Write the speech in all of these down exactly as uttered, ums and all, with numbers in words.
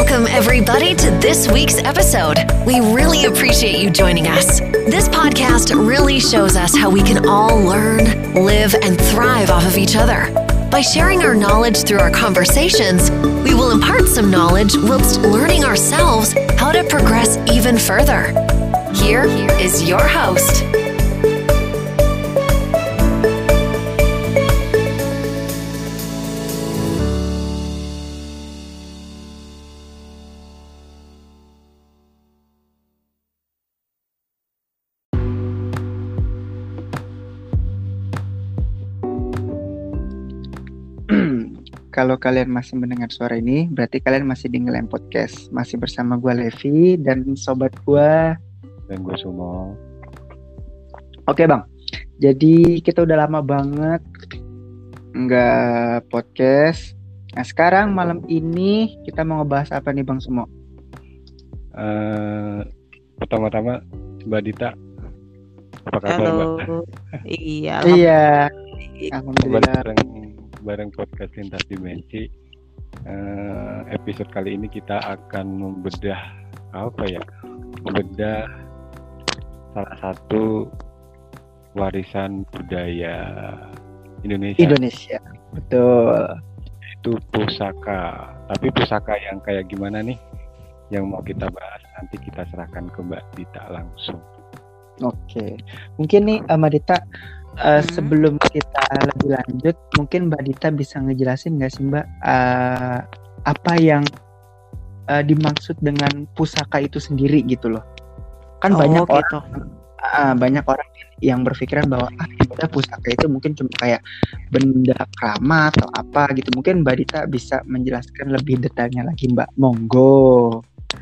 Welcome, everybody, to this week's episode. We really appreciate you joining us. This podcast really shows us how we can all learn, live, and thrive off of each other. By sharing our knowledge through our conversations, we will impart some knowledge whilst learning ourselves how to progress even further. Here is your host. Kalau kalian masih mendengar suara ini, berarti kalian masih di Ngelem Podcast. Masih bersama gue Levi dan sobat gue. Dan gue Sumo. Oke bang, jadi kita udah lama banget nggak podcast. Nah sekarang malam ini kita mau ngebahas apa nih Bang Sumo? Uh, pertama-tama Mbak Dita, apa kabar Halo. Mbak? Iya. Iya, Alhamdulillah. alhamdulillah. Bareng podcast Lintas Dimensi. Uh, episode kali ini kita akan membedah apa ya? Membedah salah satu warisan budaya Indonesia. Indonesia, betul. Itu pusaka. Tapi pusaka yang kayak gimana nih? Yang mau kita bahas nanti kita serahkan ke Mbak Dita langsung. Oke, mungkin nih Mbak Dita, uh, Hmm. sebelum kita lebih lanjut, mungkin Mbak Dita bisa ngejelasin nggak sih Mbak, uh, apa yang uh, dimaksud dengan pusaka itu sendiri gitu loh? Kan Oh, banyak gitu. orang, uh, banyak orang yang berpikiran bahwa ah ya pusaka itu mungkin cuma kayak benda keramat atau apa gitu. Mungkin Mbak Dita bisa menjelaskan lebih detailnya lagi Mbak. Monggo.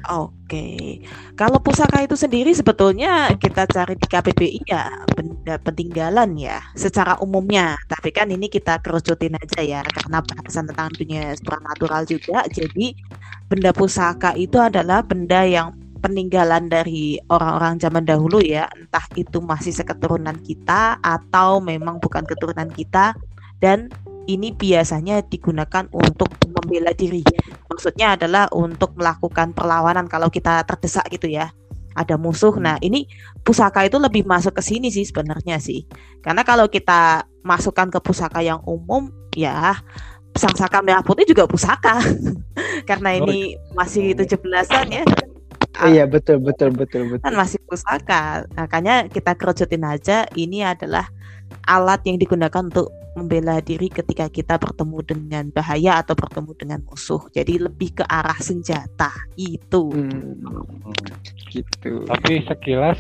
Oke. Kalau pusaka itu sendiri sebetulnya kita cari di K B B I ya benda peninggalan ya secara umumnya. Tapi kan ini kita kerucutin aja ya karena bahasan tentang dunia supranatural juga. Jadi benda pusaka itu adalah benda yang peninggalan dari orang-orang zaman dahulu ya. Entah itu masih seketurunan kita atau memang bukan keturunan kita. Dan ini biasanya digunakan untuk membela diri. Maksudnya adalah untuk melakukan perlawanan kalau kita terdesak gitu ya. Ada musuh. Nah, ini pusaka itu lebih masuk ke sini sih sebenarnya sih. Karena kalau kita masukkan ke pusaka yang umum ya Sang Saka Merah Putih juga pusaka. Karena ini masih tujuh belasan ya. Iya betul betul betul betul. Kan masih pusaka. Makanya kita kerucutin aja ini adalah alat yang digunakan untuk membela diri ketika kita bertemu dengan bahaya atau bertemu dengan musuh. Jadi lebih ke arah senjata itu. Hmm, gitu. Tapi sekilas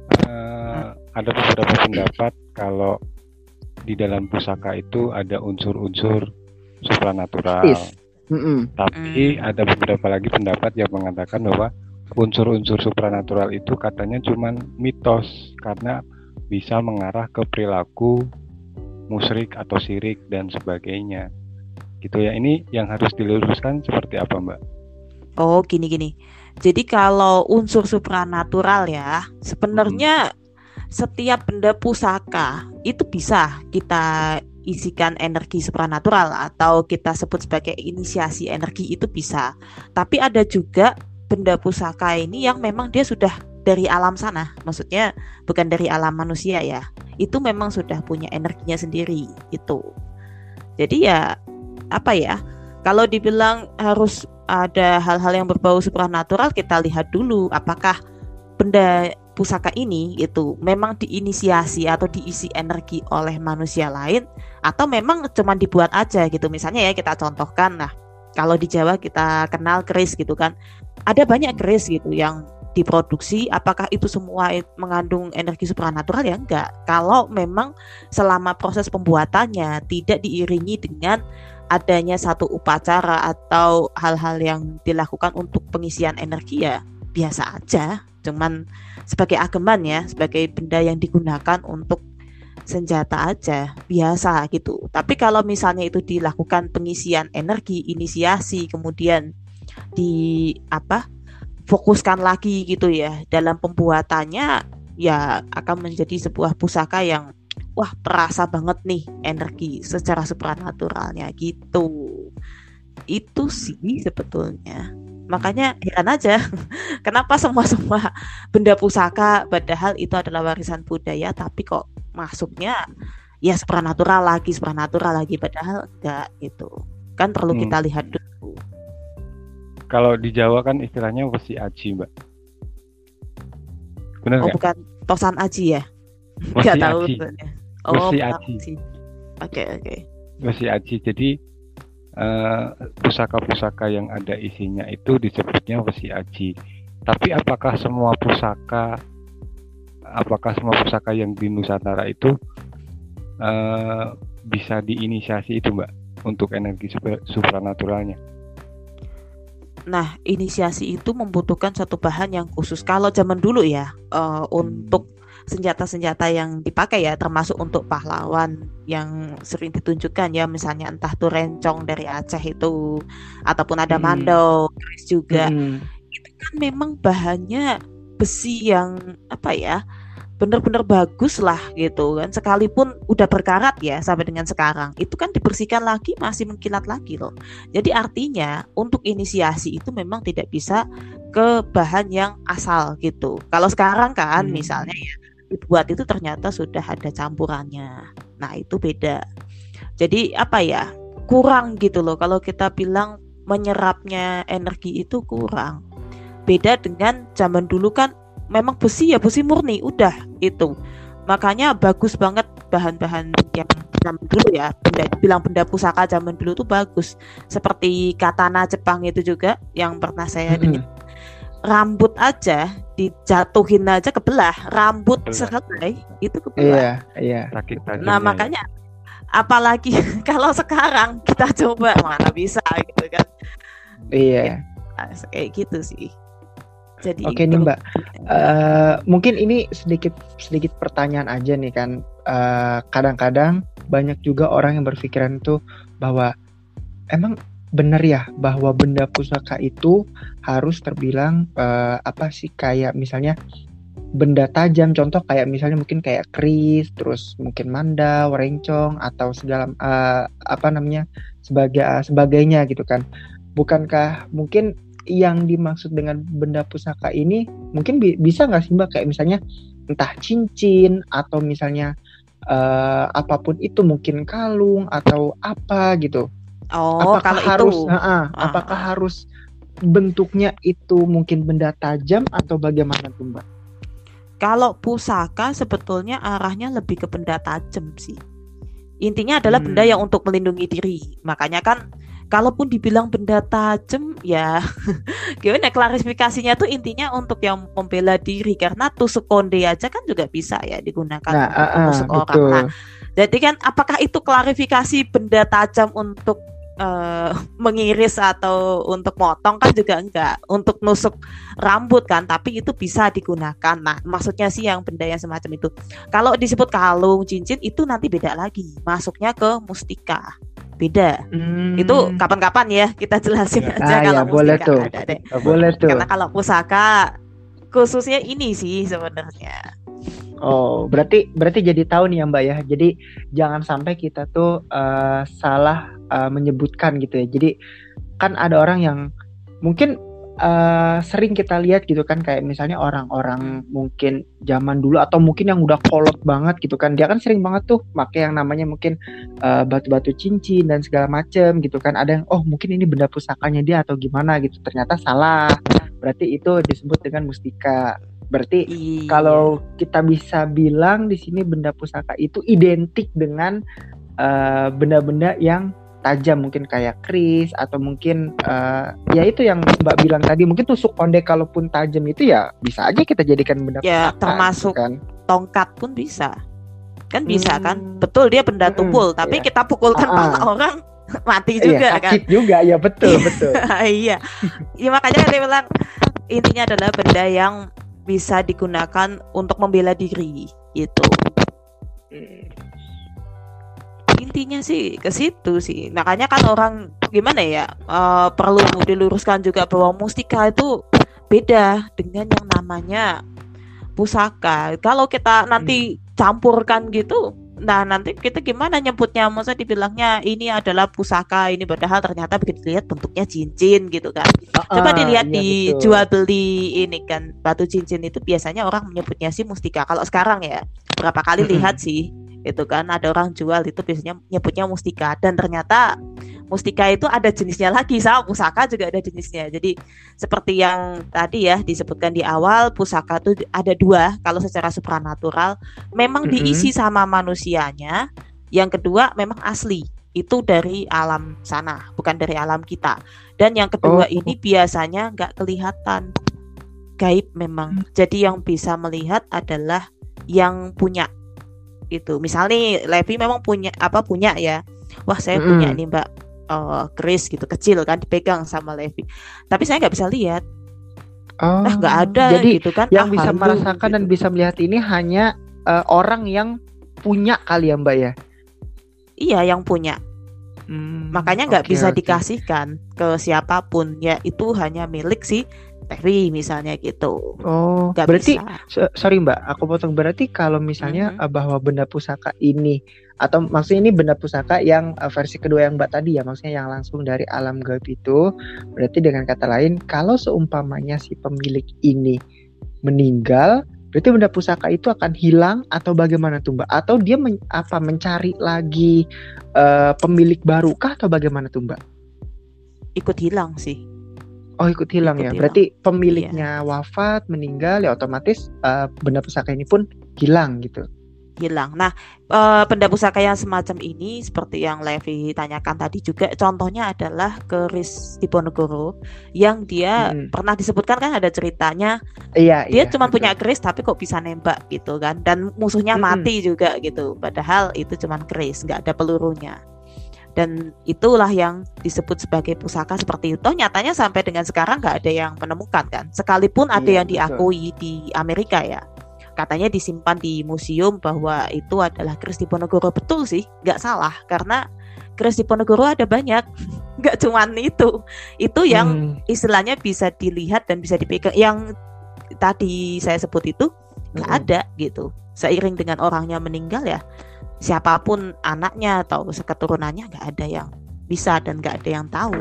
uh, ada beberapa pendapat kalau di dalam pusaka itu ada unsur-unsur supranatural. Is. Mm-mm. Tapi Hmm. ada beberapa lagi pendapat yang mengatakan bahwa unsur-unsur supranatural itu katanya cuman mitos karena bisa mengarah ke perilaku musyrik atau syirik dan sebagainya. Gitu ya. Ini yang harus diluruskan seperti apa, Mbak? Oh, gini-gini. Jadi kalau unsur supranatural ya, sebenarnya setiap benda pusaka itu bisa kita isikan energi supranatural atau kita sebut sebagai inisiasi energi itu bisa. Tapi ada juga benda pusaka ini yang memang dia sudah dari alam sana, maksudnya bukan dari alam manusia ya. Itu memang sudah punya energinya sendiri itu. Jadi ya apa ya? Kalau dibilang harus ada hal-hal yang berbau supranatural, kita lihat dulu apakah benda pusaka ini itu memang diinisiasi atau diisi energi oleh manusia lain atau memang cuma dibuat aja gitu. Misalnya ya kita contohkan, nah kalau di Jawa kita kenal keris gitu kan. Ada banyak keris gitu yang diproduksi, apakah itu semua mengandung energi supranatural? Ya enggak. Kalau memang selama proses pembuatannya tidak diiringi dengan adanya satu upacara atau hal-hal yang dilakukan untuk pengisian energi ya biasa aja. Cuman sebagai ageman ya, sebagai benda yang digunakan untuk senjata aja, biasa gitu. Tapi kalau misalnya itu dilakukan pengisian energi, inisiasi, kemudian di apa? fokuskan lagi gitu ya dalam pembuatannya, ya akan menjadi sebuah pusaka yang wah terasa banget nih energi secara supranaturalnya gitu. Itu sih sebetulnya. Makanya heran aja kenapa semua-semua benda pusaka padahal itu adalah warisan budaya tapi kok masuknya ya supranatural lagi, supranatural lagi padahal enggak gitu. Kan perlu Hmm. kita lihat dulu. Kalau di Jawa kan istilahnya wesi aji, Mbak. Benar Oh nggak? bukan tosan aji ya? Wesi Enggak tahu aji. sebenarnya. Oh, Wesi bukan aji. aji. Oke, oke. Wesi aji. Jadi eh, pusaka-pusaka yang ada isinya itu disebutnya wesi aji. Tapi apakah semua pusaka, apakah semua pusaka yang di Nusantara itu eh, bisa diinisiasi itu, Mbak, untuk energi super- supranaturalnya? Nah, inisiasi itu membutuhkan satu bahan yang khusus. Kalau zaman dulu ya, eh, untuk senjata-senjata yang dipakai ya, termasuk untuk pahlawan yang sering ditunjukkan ya, misalnya entah tuh rencong dari Aceh itu, ataupun ada Hmm. mandau, keris juga. Mm-mm. Itu kan memang bahannya besi yang apa ya, benar-benar bagus lah gitu kan. Sekalipun udah berkarat ya sampai dengan sekarang, itu kan dibersihkan lagi masih mengkilat lagi loh. Jadi artinya untuk inisiasi itu memang tidak bisa ke bahan yang asal gitu. Kalau sekarang kan Hmm. misalnya ya dibuat itu ternyata sudah ada campurannya. Nah, itu beda. Jadi apa ya? Kurang gitu loh kalau kita bilang menyerapnya energi itu kurang. Beda dengan zaman dulu kan memang besi ya besi murni udah itu. Makanya bagus banget bahan-bahan yang zaman dulu ya. Benda, bilang benda pusaka zaman dulu tuh bagus. Seperti katana Jepang itu juga yang pernah saya Mm-mm. dengar. Rambut aja dijatuhin aja kebelah, rambut Kebelah. sehelai itu kebelah. Iya, iya. Sakit tajamnya Nah ya. makanya apalagi kalau sekarang kita coba mana bisa gitu kan. Iya. Nah, kayak gitu sih. Jadi Oke nih itu. Mbak, Eh, mungkin ini sedikit sedikit pertanyaan aja nih kan. Eh, kadang-kadang banyak juga orang yang berpikiran tuh bahwa emang benar ya bahwa benda pusaka itu harus terbilang eh, apa sih kayak misalnya benda tajam, contoh kayak misalnya mungkin kayak keris, terus mungkin mandau, rencong atau segala eh, apa namanya sebagai sebagainya gitu kan. Bukankah mungkin yang dimaksud dengan benda pusaka ini mungkin bi- bisa nggak sih Mbak kayak misalnya entah cincin atau misalnya eh, apapun itu mungkin kalung atau apa gitu. Oh Apakah kalau harus itu ha-ha, Ah. apakah harus bentuknya itu mungkin benda tajam atau bagaimana tuh Mbak? kalau pusaka sebetulnya arahnya lebih ke benda tajam sih. Intinya adalah Hmm. benda yang untuk melindungi diri. Makanya kan kalaupun dibilang benda tajam ya gimana klarifikasinya tuh intinya untuk yang membela diri karena tusuk konde aja kan juga bisa ya digunakan Nah, untuk ah, ah, menusuk orang. betul. Nah, jadi kan apakah itu klarifikasi benda tajam untuk eh, mengiris atau untuk motong kan juga enggak, untuk nusuk rambut kan, tapi itu bisa digunakan. Nah, maksudnya sih yang benda yang semacam itu. Kalau disebut kalung, cincin itu nanti beda lagi, masuknya ke mustika. Beda. Hmm. Itu kapan-kapan ya kita jelasin Ya. aja Ah, kalau ya, boleh mustika tuh. ada deh. Boleh tuh. Karena kalau pusaka khususnya ini sih sebenarnya. Oh, berarti berarti jadi tahu nih ya Mbak ya. Jadi jangan sampai kita tuh eh, salah eh, menyebutkan gitu ya. Jadi kan ada orang yang mungkin eh, sering kita lihat gitu kan kayak misalnya orang-orang mungkin zaman dulu atau mungkin yang udah kolot banget gitu kan. Dia kan sering banget tuh pakai yang namanya mungkin eh, batu-batu cincin dan segala macem gitu kan. Ada yang oh mungkin ini benda pusakanya dia atau gimana gitu. Ternyata salah. Berarti itu disebut dengan mustika. Berarti Iya. kalau kita bisa bilang di sini benda pusaka itu identik dengan eh, benda-benda yang tajam mungkin kayak keris atau mungkin eh, ya itu yang Mbak bilang tadi mungkin tusuk konde kalaupun tajam itu ya bisa aja kita jadikan benda Ya, pusaka termasuk gitu kan. tongkat pun bisa. Kan bisa Hmm. kan? Betul dia benda Mm-mm, tumpul, tapi iya. kita pukulkan Ah, ah. pala orang mati Iya, juga kan. sakit juga ya betul betul. Iya. Ya makanya kan dia bilang intinya adalah benda yang bisa digunakan untuk membela diri gitu. Intinya sih ke situ sih. Makanya kan orang gimana ya eh, perlu diluruskan juga bahwa mustika itu beda dengan yang namanya pusaka. Kalau kita nanti campurkan gitu, Nah, nanti kita gimana nyebutnya? Masa dibilangnya ini adalah pusaka ini, padahal ternyata begitu dilihat bentuknya cincin gitu kan. Coba Ah, dilihat iya di betul. jual beli ini kan, batu cincin itu biasanya orang menyebutnya sih mustika. Kalau sekarang ya, berapa kali lihat sih itu kan ada orang jual itu biasanya nyebutnya mustika, dan ternyata mustika itu ada jenisnya lagi, sama pusaka juga ada jenisnya. Jadi seperti yang tadi ya disebutkan di awal, pusaka itu ada dua. Kalau secara supranatural memang Mm-mm. diisi sama manusianya. Yang kedua memang asli, itu dari alam sana, bukan dari alam kita. Dan yang kedua Oh. ini biasanya nggak kelihatan, gaib memang. Jadi yang bisa melihat adalah yang punya itu. Misalnya Levi memang punya apa punya ya, wah saya Mm-mm. punya nih Mbak uh, keris gitu kecil kan, dipegang sama Levi, tapi saya nggak bisa lihat. Oh, Ah nggak ada jadi gitu kan. yang Ah, bisa halu merasakan dan gitu. bisa melihat ini hanya eh, orang yang punya kali ya Mbak ya. Iya yang punya. Hmm, Makanya nggak oke, bisa oke. dikasihkan ke siapapun ya, itu hanya milik si Levi misalnya gitu. Oh, Nggak berarti bisa. so- sorry Mbak, aku potong. Berarti kalau misalnya Mhm. eh, bahwa benda pusaka ini, atau maksudnya ini benda pusaka yang eh, versi kedua yang Mbak tadi ya, maksudnya yang langsung dari alam gaib itu, berarti dengan kata lain, kalau seumpamanya si pemilik ini meninggal, berarti benda pusaka itu akan hilang atau bagaimana tuh Mbak? Atau dia men- apa mencari lagi eh, pemilik baru kah atau bagaimana tuh Mbak? Ikut hilang sih. Oh, ikut hilang Ikut ya. hilang. Berarti pemiliknya wafat, meninggal ya otomatis eh, benda pusaka ini pun hilang gitu. Hilang. Nah, eh, benda pusaka yang semacam ini seperti yang Levi tanyakan tadi juga, contohnya adalah keris Diponegoro yang dia Mm-mm. pernah disebutkan kan ada ceritanya, Iya, dia iya, cuma betul. punya keris tapi kok bisa nembak gitu kan, dan musuhnya Mm-mm. mati juga gitu, padahal itu cuma keris, nggak ada pelurunya. Dan itulah yang disebut sebagai pusaka seperti itu. Nyatanya sampai dengan sekarang nggak ada yang menemukan kan, sekalipun ada Iya, yang betul. diakui di Amerika ya, katanya disimpan di museum bahwa itu adalah keris Diponegoro. Betul sih, nggak salah, karena keris Diponegoro ada banyak, nggak cuman itu. Itu yang Hmm. istilahnya bisa dilihat dan bisa dipegang. Yang tadi saya sebut itu nggak Mm-mm. ada gitu. Seiring dengan orangnya meninggal ya, siapapun anaknya atau keturunannya nggak ada yang bisa dan nggak ada yang tahu.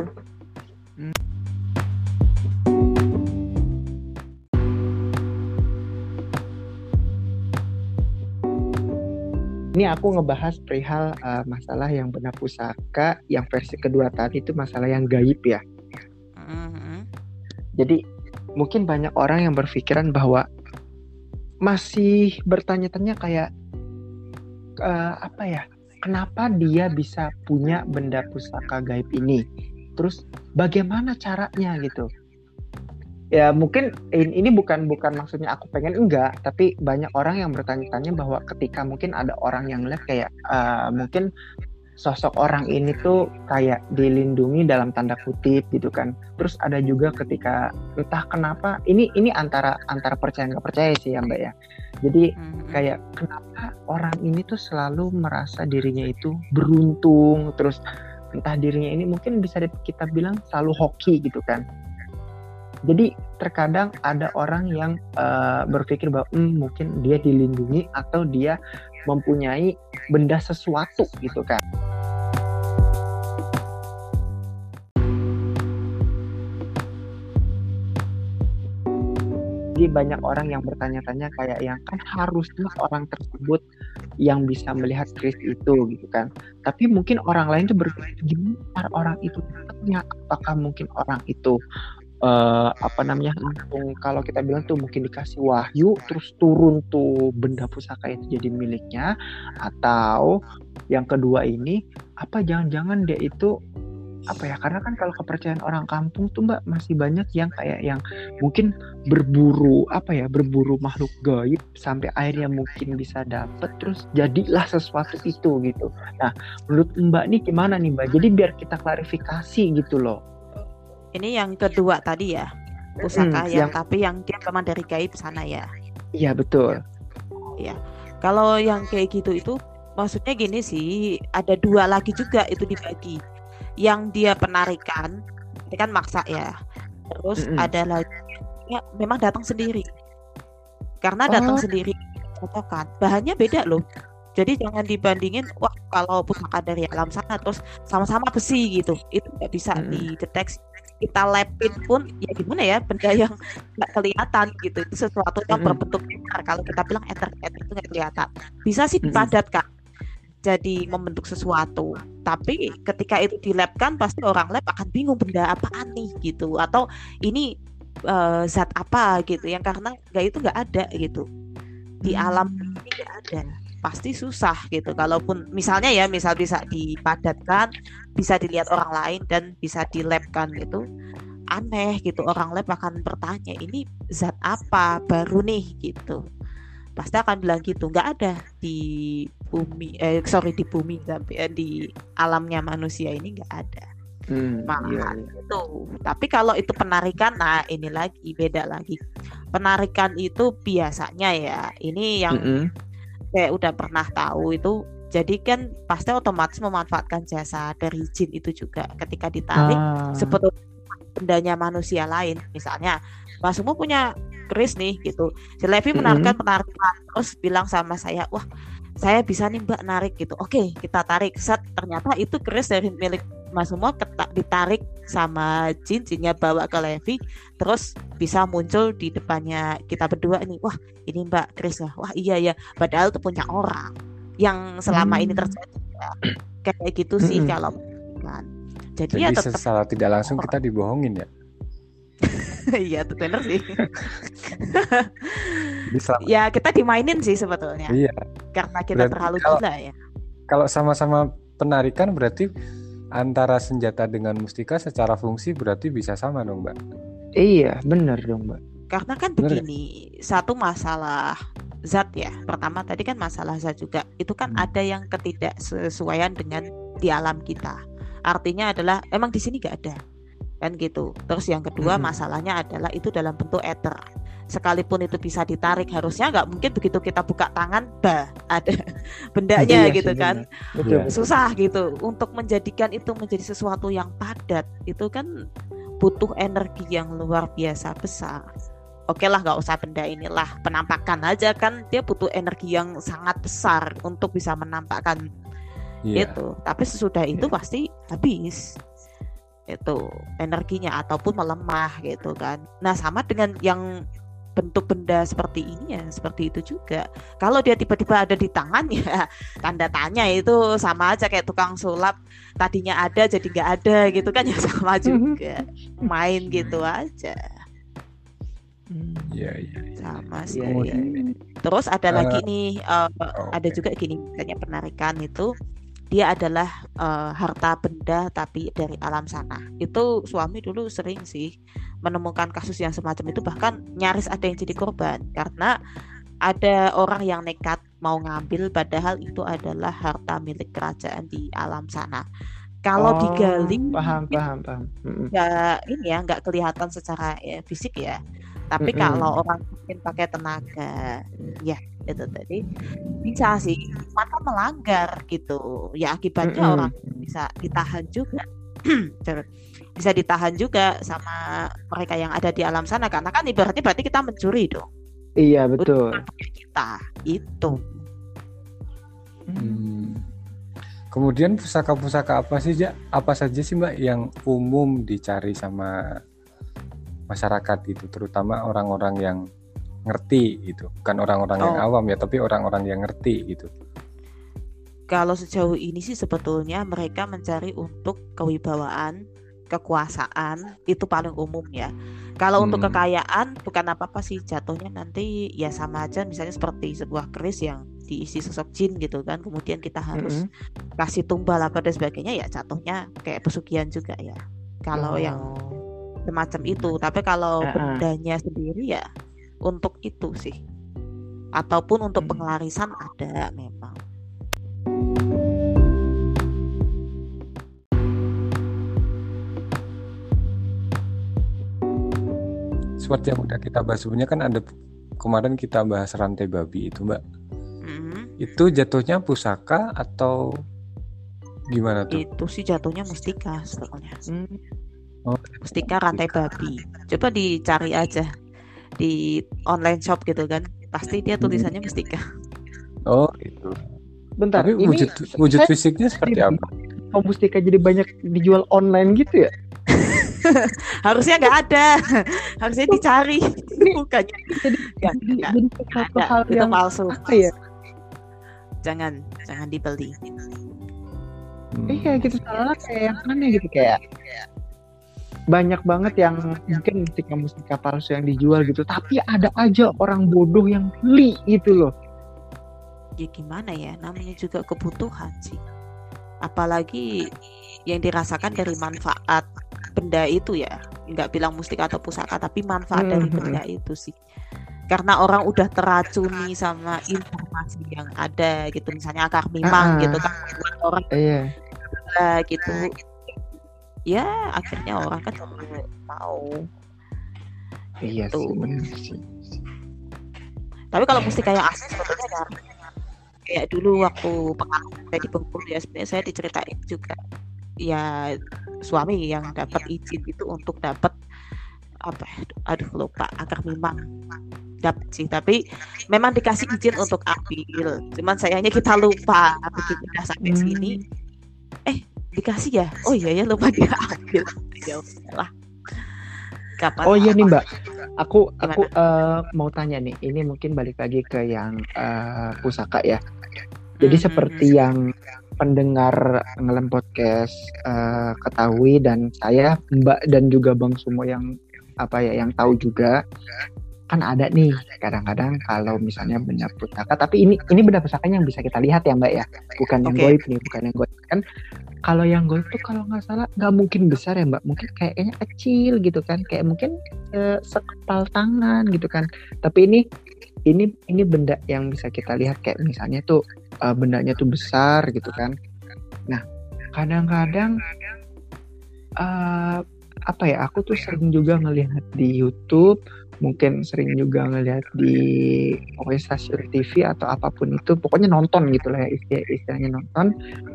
Ini aku ngebahas perihal uh, masalah yang benda pusaka yang versi kedua tadi itu masalah yang gaib ya. Mhm. Jadi mungkin banyak orang yang berpikiran bahwa masih bertanya-tanya kayak uh, apa ya? Kenapa dia bisa punya benda pusaka gaib ini? Terus bagaimana caranya gitu? Ya mungkin in- ini bukan bukan maksudnya aku pengen enggak, tapi banyak orang yang bertanya-tanya bahwa ketika mungkin ada orang yang lihat kayak uh, mungkin sosok orang ini tuh kayak dilindungi dalam tanda kutip gitu kan. Terus ada juga ketika entah kenapa ini ini antara antara percaya nggak percaya sih ya Mbak ya. Jadi Mhm. kayak kenapa orang ini tuh selalu merasa dirinya itu beruntung, terus entah dirinya ini mungkin bisa di- kita bilang selalu hoki gitu kan. Jadi terkadang ada orang yang uh, berpikir bahwa hmm, mungkin dia dilindungi atau dia mempunyai benda sesuatu gitu kan. Jadi banyak orang yang bertanya-tanya kayak yang kan harusnya orang tersebut yang bisa melihat keris itu gitu kan. Tapi mungkin orang lain tuh berpikir gimana orang itu dapatnya? Apakah mungkin orang itu Uh, apa namanya langsung kalau kita bilang tuh mungkin dikasih wahyu terus turun tuh benda pusaka itu jadi miliknya, atau yang kedua ini apa jangan-jangan dia itu apa ya, karena kan kalau kepercayaan orang kampung tuh Mbak masih banyak yang kayak yang mungkin berburu apa ya berburu makhluk gaib sampai akhirnya mungkin bisa dapet terus jadilah sesuatu itu gitu. Nah menurut Mbak nih gimana nih Mbak, jadi biar kita klarifikasi gitu loh. Ini yang kedua tadi ya, pusaka Hmm, yang, yang- tapi yang dia memang dari gaib sana ya. Iya betul. Kalau yang kayak gitu itu maksudnya gini sih, ada dua lagi juga itu dibagi. Yang dia penarikan, ini kan maksa ya. Terus Mm-mm. ada lagi ya memang datang sendiri. Karena datang Oh. sendiri cocokan. Bahannya beda loh. Jadi jangan dibandingin, wah kalau pusaka dari alam sana terus sama-sama besi gitu, itu nggak bisa Mm-mm. dideteksi. Kita lepin pun ya gimana ya, benda yang nggak kelihatan gitu, itu sesuatu yang Mm-mm. berbentuk ether. Kalau kita bilang ether, ether itu nggak kelihatan. Bisa sih Mm-mm. dipadatkan jadi membentuk sesuatu, tapi ketika itu di lab kan pasti orang lab akan bingung benda apaan nih gitu, atau ini eh, zat apa gitu, yang karena nggak itu nggak ada gitu di alam ini, nggak ada, pasti susah gitu. Kalaupun misalnya ya, misal bisa dipadatkan, bisa dilihat orang lain dan bisa dilabkan gitu, aneh gitu, orang lab akan bertanya ini zat apa baru nih gitu, pasti akan bilang gitu. Nggak ada di bumi, eh sorry di bumi tapi eh, di alamnya manusia ini nggak ada. Hmm, Malah iya, iya. itu. Tapi kalau itu penarikan, nah ini lagi beda lagi. Penarikan itu biasanya ya, ini yang Mm-mm. saya udah pernah tahu itu. Jadi kan pasti otomatis memanfaatkan jasa dari jin itu juga. Ketika ditarik, Ah. sebetulnya bendanya manusia lain. Misalnya, Mas Sumo punya keris nih gitu. Si Levi Mm-mm. menarikan penarikan, terus bilang sama saya, wah saya bisa nih Mbak narik gitu. Oke, kita tarik. Set, ternyata itu keris dari milik Mas Sumo keta- ditarik sama jin, jinnya bawa ke Levi, terus bisa muncul di depannya kita berdua ini. Wah, ini Mbak kerisnya. Wah, iya ya. Padahal itu punya orang yang selama ini Hmm. terjadi ya. Kayak gitu sih Mm-mm. kalau kan. Jadi, Jadi ya tetap secara tidak langsung kita dibohongin ya. iya tuh bener sih. Jadi selama- Ya kita dimainin sih sebetulnya. Iya. Karena kita Berarti terlalu kalau- gila ya. Kalau sama-sama penarikan berarti antara senjata dengan mustika secara fungsi berarti bisa sama dong, Mbak. Iya, benar dong, Mbak. Karena kan Bener begini, satu masalah zat ya. Pertama tadi kan masalah zat juga. Itu kan Hmm. ada yang ketidaksesuaian dengan di alam kita. Artinya adalah emang di sini gak ada. Kan gitu. Terus yang kedua Mm-mm. masalahnya adalah itu dalam bentuk ether. Sekalipun itu bisa ditarik, harusnya nggak mungkin begitu kita buka tangan, bah ada bendanya Iya gitu sih, kan. benar. Betul, Iya. betul. Susah gitu untuk menjadikan itu menjadi sesuatu yang padat. Itu kan butuh energi yang luar biasa besar. Oke lah, nggak usah benda inilah, penampakan aja kan dia butuh energi yang sangat besar untuk bisa menampakkan Iya. itu. Tapi sesudah itu pasti habis itu energinya ataupun melemah gitu kan. Nah sama dengan yang bentuk benda seperti ini ya, seperti itu juga. Kalau dia tiba-tiba ada di tangan ya tanda tanya, itu sama aja kayak tukang sulap, tadinya ada jadi nggak ada gitu kan, ya sama juga, main gitu aja. Hmm. Iya, iya. Sama sih. Iya, iya, iya. Terus ada Eh, lagi nih, uh, oke. ada juga gini, misalnya penarikan itu dia adalah uh, harta benda tapi dari alam sana. Itu suami dulu sering sih menemukan kasus yang semacam itu, bahkan nyaris ada yang jadi korban karena ada orang yang nekat mau ngambil padahal itu adalah harta milik kerajaan di alam sana. Kalau Oh, digali paham, paham, paham. Mm-mm. nggak ini ya, nggak kelihatan secara ya, fisik ya. Tapi Mm-mm. kalau orang mungkin pakai tenaga, ya itu tadi bisa sih, maka melanggar gitu. Ya akibatnya Mm-mm. orang bisa ditahan juga, bisa ditahan juga sama mereka yang ada di alam sana, karena kan ibaratnya berarti kita mencuri dong. Iya, betul. Bukan punya kita itu. Hmm. Kemudian pusaka-pusaka apa sih, Ja? Apa saja sih, Mbak, yang umum dicari sama masyarakat gitu, terutama orang-orang yang ngerti gitu, bukan orang-orang yang Oh. awam ya, tapi orang-orang yang ngerti gitu. Kalau sejauh ini sih sebetulnya mereka mencari untuk kewibawaan, kekuasaan, itu paling umum ya. Kalau untuk Hmm. kekayaan bukan apa-apa sih, jatuhnya nanti ya sama aja, misalnya seperti sebuah keris yang diisi sosok jin gitu kan, kemudian kita harus Mm-mm. kasih tumbal apa dan sebagainya, ya jatuhnya kayak pesugihan juga ya. Kalau yang Oh. semacam itu, tapi kalau Ah, ah. bendanya sendiri ya untuk itu sih, ataupun untuk Hmm. pengelarisan ada memang. Seperti yang udah kita bahas sebelumnya kan, ada kemarin kita bahas rantai babi itu, Mbak. Mhm. Itu jatuhnya pusaka atau gimana tuh? Itu sih jatuhnya mustika sebetulnya. Hmm. Oh, Mustika rantai babi. Coba dicari aja di online shop gitu kan. Pasti dia tulisannya mustika. oh gitu. bentar. Tapi Ini wujud wujud saya- fisiknya seperti apa? Kok mustika jadi banyak dijual online gitu ya? Harusnya nggak ada, harusnya dicari. Bukannya Jadi Nggak, jadi, nggak, jadi nggak sesuatu ada, hal itu yang palsu. apa ya? Jangan, jangan dibeli. Hmm. Iya gitu, soalnya kayak yang aneh gitu, kayak banyak banget yang mungkin mustika-mustika palsu yang dijual gitu, tapi ada aja orang bodoh yang beli gitu loh. Ya gimana ya, namanya juga kebutuhan sih. Apalagi yang dirasakan dari manfaat benda itu ya, nggak bilang mustika atau pusaka, tapi manfaat dari Mhm. benda itu sih. Karena orang udah teracuni sama informasi yang ada gitu, misalnya akar mimang Ah, ah. gitu kan, buat orang Iya. gila gitu. Ya akhirnya orang kan mau. Iya Gitu. sih, bener sih. Tapi kalau mustika yang asli sebetulnya ya, kayak dulu waktu pengalaman saya di Bengkulu ya, sebenarnya saya diceritain juga ya suami yang dapat izin itu untuk dapat apa aduh lupa akar mimang dapat sih, tapi memang dikasih izin untuk ambil, cuman sayangnya kita lupa begitu udah sampai Hmm. sini eh dikasih ya, oh iya ya lupa dia ambil. Ya udahlah. Kapan Oh iya nih apa- Mbak, aku aku eh, mau tanya nih, ini mungkin balik lagi ke yang eh, pusaka ya. Jadi Hmm, seperti yang pendengar ngelem podcast eh, ketahui, dan saya Mbak dan juga Bang Sumo yang apa ya yang tahu juga, kan ada nih kadang-kadang kalau misalnya benda pusaka, tapi ini ini benda pusakanya yang bisa kita lihat ya Mbak ya, bukan yang Oke. goib nih, bukan yang goib kan. Kalau yang goib tuh kalau nggak salah nggak mungkin besar ya Mbak, mungkin kayaknya kecil gitu kan, kayak mungkin eh, sekepal tangan gitu kan. Tapi ini ini ini benda yang bisa kita lihat, kayak misalnya tuh eh, bendanya tuh besar gitu kan. Nah kadang-kadang eh, apa ya, aku tuh sering juga ngelihat di YouTube, mungkin sering juga ngelihat di pokoknya stasiun T V atau apapun itu, pokoknya nonton gitu lah ya, istilah istilahnya nonton.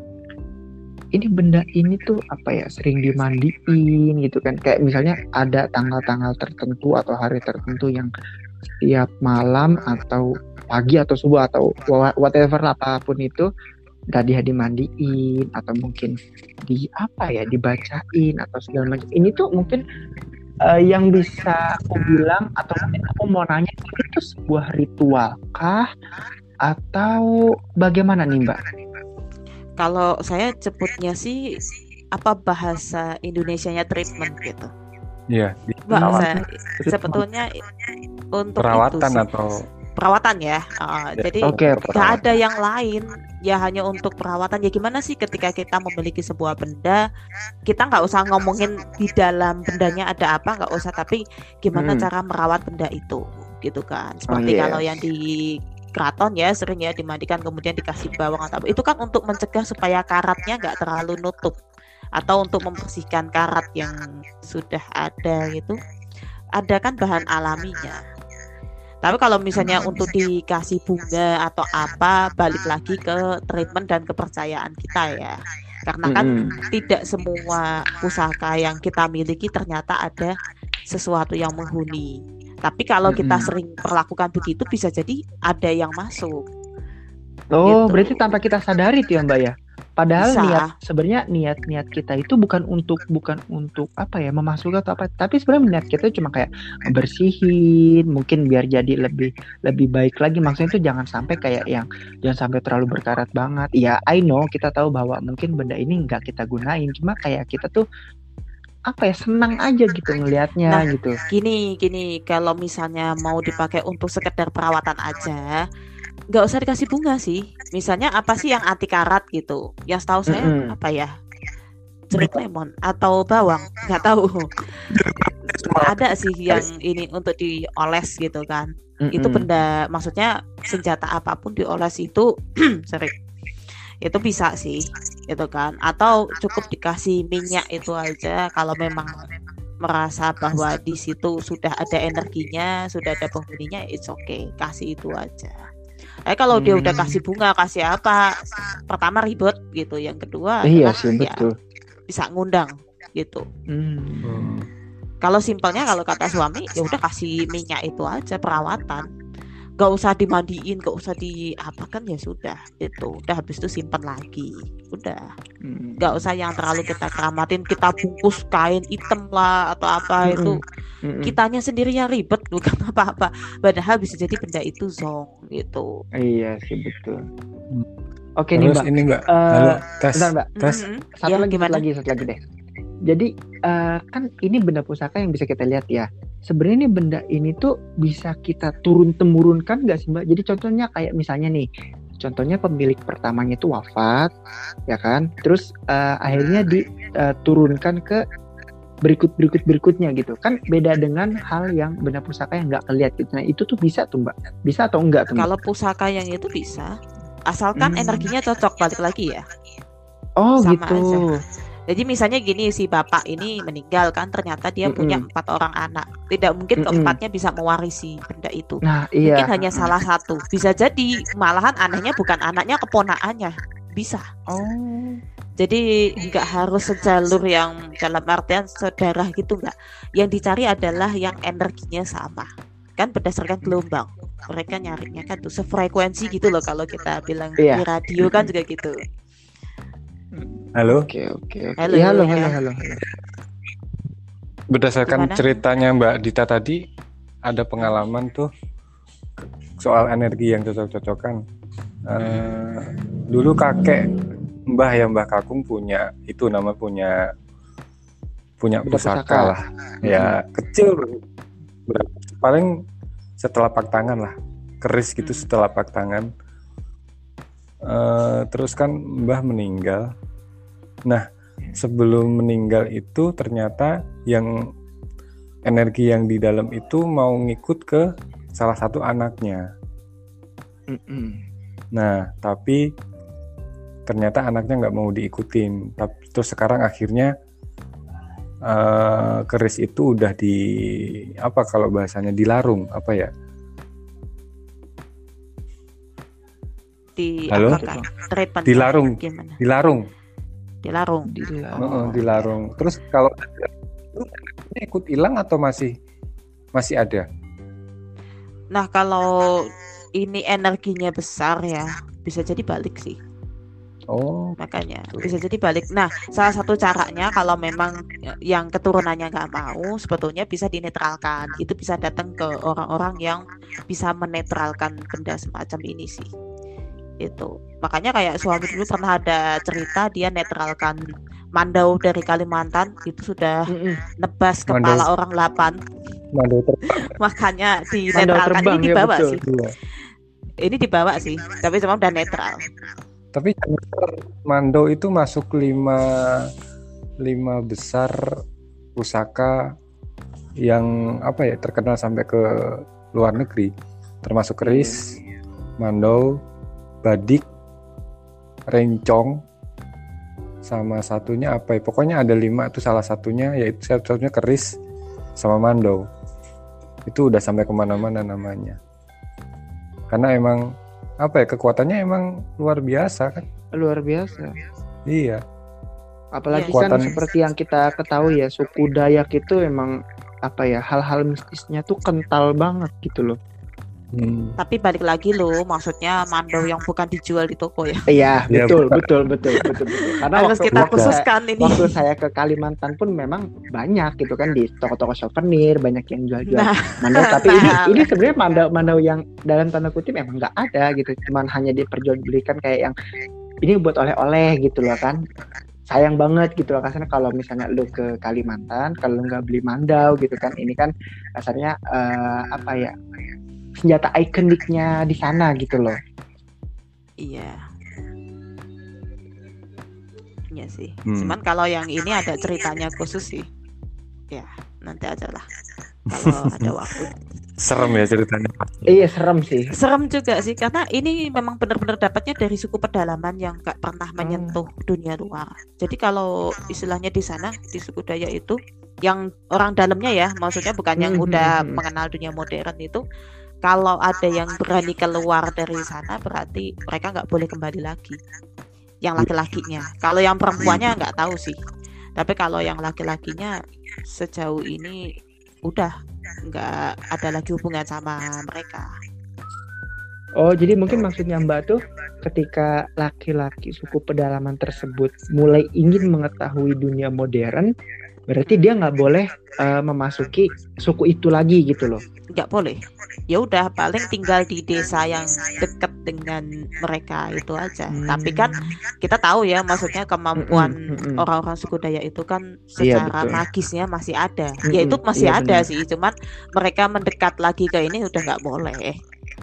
Ini benda ini tuh apa ya, sering dimandiin gitu kan, kayak misalnya ada tanggal-tanggal tertentu atau hari tertentu yang setiap malam atau pagi atau subuh atau wha- whatever lah, apapun itu tadi dimandiin atau mungkin di apa ya dibacain atau segala macam. Ini tuh mungkin eh, yang bisa aku bilang, atau mungkin aku mau nanya, itu sebuah ritual kah atau bagaimana nih Mbak? Kalau saya sebutnya sih apa bahasa Indonesianya treatment gitu. Iya, Bahasa Treatment. sebetulnya untuk itu perawatan sih. atau Perawatan ya. Uh, Ya, jadi Oke, nggak perawatan. ada yang lain, ya hanya untuk perawatan. Ya gimana sih ketika kita memiliki sebuah benda, kita nggak usah ngomongin di dalam bendanya ada apa, nggak usah, tapi gimana Hmm. cara merawat benda itu gitu kan. Seperti yes. kalau yang di keraton ya sering ya dimandikan kemudian dikasih bawang atau apa. Itu kan untuk mencegah supaya karatnya nggak terlalu nutup, atau untuk membersihkan karat yang sudah ada gitu. Ada kan bahan alaminya. Tapi kalau misalnya untuk dikasih bunga atau apa, balik lagi ke treatment dan kepercayaan kita ya. Karena kan Mm-mm. tidak semua pusaka yang kita miliki ternyata ada sesuatu yang menghuni. Tapi kalau kita Mm-mm. sering perlakukan begitu, bisa jadi ada yang masuk. Oh, Gitu. berarti tanpa kita sadari tuh ya Mbak ya. Padahal Bisa. niat sebenarnya niat-niat kita itu bukan untuk bukan untuk apa ya memasukkan atau apa, tapi sebenarnya niat kita cuma kayak bersihin, mungkin biar jadi lebih lebih baik lagi. Maksudnya itu jangan sampai kayak yang jangan sampai terlalu berkarat banget. Ya, I know kita tahu bahwa mungkin benda ini nggak kita gunain, cuma kayak kita tuh apa ya senang aja gitu ngelihatnya Nah, gitu. Gini, gini, kalau misalnya mau dipakai untuk sekedar perawatan aja, nggak usah dikasih bunga sih. Misalnya apa sih yang anti karat gitu? Yang tahu saya Mm-mm. apa ya? Jeruk lemon atau bawang, nggak tahu. Ada sih yang ini untuk dioles gitu kan. Itu Mm-mm. benda, maksudnya senjata apapun dioles itu, sorry, itu bisa sih, gitu kan. Atau cukup dikasih minyak itu aja kalau memang merasa bahwa di situ sudah ada energinya, sudah ada penghuninya, it's okay, kasih itu aja. Eh kalau dia udah Hmm. kasih bunga, kasih apa, pertama ribet gitu, yang kedua Iya adalah sih ya betul. bisa ngundang gitu. Hmm. Kalau simpelnya kalau kata suami ya udah kasih minyak itu aja perawatan. gak usah dimandiin, gak usah di apa kan, ya sudah itu udah, habis itu simpan lagi udah, Hmm. gak usah yang terlalu kita keramatin, kita bungkus kain hitam lah atau apa, Mm-mm. itu Mm-mm. kitanya sendiri yang ribet bukan apa-apa, padahal bisa jadi benda itu zong gitu. Iya sih betul. Hmm. Oke nih Terus Mbak. ini Mbak, Eh, halo, tes, bentar Mbak. tes. Mhm. Satu Ya, lagi, gimana? satu lagi, satu lagi deh. Jadi eh, kan ini benda pusaka yang bisa kita lihat ya. Sebenarnya nih benda ini tuh bisa kita turun temurunkan nggak sih Mbak? Jadi contohnya kayak misalnya nih, contohnya pemilik pertamanya itu wafat, ya kan? Terus eh, akhirnya diturunkan ke berikut berikut berikutnya gitu. Kan beda dengan hal yang benda pusaka yang nggak kelihatan gitu. Nah itu tuh bisa tuh Mbak? Bisa atau enggak tuh Mbak? Kalau pusaka yang itu bisa, asalkan Hmm. energinya cocok, balik lagi ya. Oh Sama gitu. aja. Jadi misalnya gini, si bapak ini meninggal kan, ternyata dia Mm-mm. punya empat orang anak. Tidak mungkin Mm-mm. keempatnya bisa mewarisi benda itu. Nah iya. Mungkin hanya salah satu. Bisa jadi malahan anehnya bukan anaknya, keponakannya. Bisa. Oh. Jadi nggak harus sejalur yang dalam artian saudara gitu, nggak. Yang dicari adalah yang energinya sama. Kan berdasarkan gelombang. Mereka nyarinya kan tuh sefrekuensi gitu loh, kalau kita bilang Iya. di radio kan juga gitu. Halo, Oke oke. oke. Halo, Iya, halo ya. halo halo. halo. berdasarkan Gimana? ceritanya Mbak Dita tadi, ada pengalaman tuh soal energi yang cocok-cocokan. Eh, dulu kakek Mbah ya Mbah Kakung punya itu, nama punya punya Benda pusaka, pusaka. lah, ya kecil, ber- paling setelapak tangan lah, keris gitu Hmm. setelapak tangan. Eh, terus kan Mbah meninggal. Nah, sebelum meninggal itu ternyata yang energi yang di dalam itu mau ngikut ke salah satu anaknya. Mm-mm. Nah, tapi ternyata anaknya nggak mau diikutin. Tapi terus sekarang akhirnya eh, keris itu udah di apa kalau bahasanya, dilarung apa ya? Di Halo? apa kan? Treatment. Dilarung. Gimana? Dilarung. Dilarung. Dilarung. Heeh, dilarung. Terus kalau itu ikut hilang atau masih masih ada? Nah, kalau ini energinya besar ya, bisa jadi balik sih. Oh, Makanya bisa jadi balik. Nah, salah satu caranya kalau memang yang keturunannya nggak mau, sebetulnya bisa dinetralkan. Itu bisa datang ke orang-orang yang bisa menetralkan benda semacam ini sih. Itu. Makanya kayak suami dulu pernah ada cerita dia netralkan mandau dari Kalimantan, itu sudah Mm-mm. nebas Mandau. kepala orang delapan. mandau terbang. Makanya Mandau dinetralkan. terbang, Ini ya, dibawa betul. sih. Iya. Ini dibawa sih, tapi cuma udah netral. Tapi Mando itu masuk lima lima besar pusaka yang apa ya, terkenal sampai ke luar negeri, termasuk keris, Mando, Badik, Rencong, sama satunya apa ya? Pokoknya ada lima, itu salah satunya, yaitu salah satunya keris sama Mando. Itu udah sampai kemana-mana namanya. Karena emang apa ya, kekuatannya emang luar biasa kan? Luar biasa. Iya. Apalagi Iya. kan Kekuatan- seperti yang kita ketahui ya, suku Dayak itu emang apa ya, hal-hal mistisnya tuh kental banget gitu loh. Hmm. Tapi balik lagi loh, maksudnya mandau yang bukan dijual di toko ya. Iya, Iya, betul, bukan. betul, betul, betul, betul. Karena Harus waktu, kita waktu saya, khususkan ini. waktu saya ke Kalimantan pun memang banyak gitu kan, di toko-toko souvenir banyak yang jual-jual Nah, mandau. Tapi ini nah. ini sebenarnya mandau-mandau yang dalam tanda kutip emang nggak ada gitu, cuman hanya diperjualbelikan kayak yang ini buat oleh-oleh gitu loh kan. Sayang banget gitu loh, kasarnya kalau misalnya lu ke Kalimantan, kalau lu nggak beli mandau gitu kan, ini kan kasarnya eh, apa ya, senjata ikoniknya di sana gitu loh. Iya. Iya sih. Hmm. Cuman kalau yang ini ada ceritanya khusus sih. Ya, nanti aja lah. Kalau ada waktu. Serem ya ceritanya. Iya serem sih. Serem juga sih, karena ini memang benar-benar dapatnya dari suku pedalaman yang gak pernah menyentuh dunia luar. Jadi kalau istilahnya di sana, di suku Dayak itu, yang orang dalamnya ya, maksudnya bukan yang Hmm, udah hmm, hmm. mengenal dunia modern itu, kalau ada yang berani keluar dari sana, berarti mereka nggak boleh kembali lagi. Yang laki-lakinya. Kalau yang perempuannya nggak tahu sih. Tapi kalau yang laki-lakinya sejauh ini udah nggak ada lagi hubungan sama mereka. Oh, jadi mungkin maksudnya Mbak tuh ketika laki-laki suku pedalaman tersebut mulai ingin mengetahui dunia modern, berarti dia nggak boleh uh, memasuki suku itu lagi gitu loh. Nggak boleh. Ya udah paling tinggal di desa yang dekat dengan mereka itu aja. Hmm. Tapi kan kita tahu ya, maksudnya kemampuan Mm-mm, mm-mm. orang-orang suku Dayak itu kan Iya, secara betul. magisnya masih ada. Mm-mm, Ya itu masih iya, ada benar. sih. Cuman mereka mendekat lagi ke ini udah nggak boleh.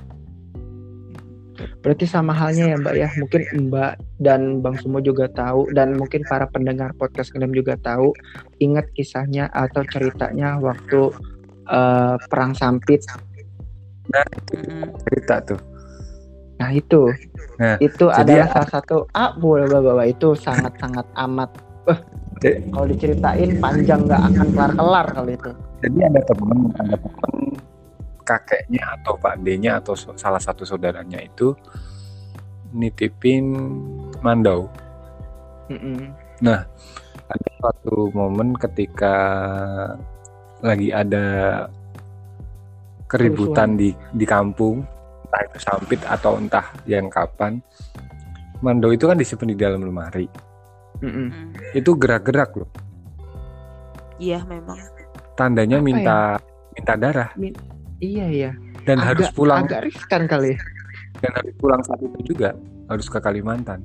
Berarti sama halnya ya Mbak ya, mungkin Mbak dan Bang Sumo juga tahu, dan mungkin para pendengar podcast Ngendam juga tahu, ingat kisahnya atau ceritanya waktu uh, perang Sampit. Mm-mm. Cerita tuh. Nah itu, Nah, itu jadi adalah ya- salah satu, ah boleh bapak itu sangat-sangat amat, eh, Jadi, kalau diceritain panjang nggak akan kelar-kelar kalau itu. jadi ada teman, ada teman kakeknya atau Pak D-nya atau so- salah satu saudaranya itu nitipin mandau. Mm-mm. Ada suatu momen ketika lagi ada keributan di di kampung, entah itu Sampit atau entah yang kapan, mandau itu kan disimpan di dalam lemari. Mm-mm. Mm. Itu gerak-gerak loh. Iya memang. Tandanya Apa minta minta darah Iya ya. dan harus Agak- pulang Agak riskan kali. dan harus pulang saat itu juga, harus ke Kalimantan.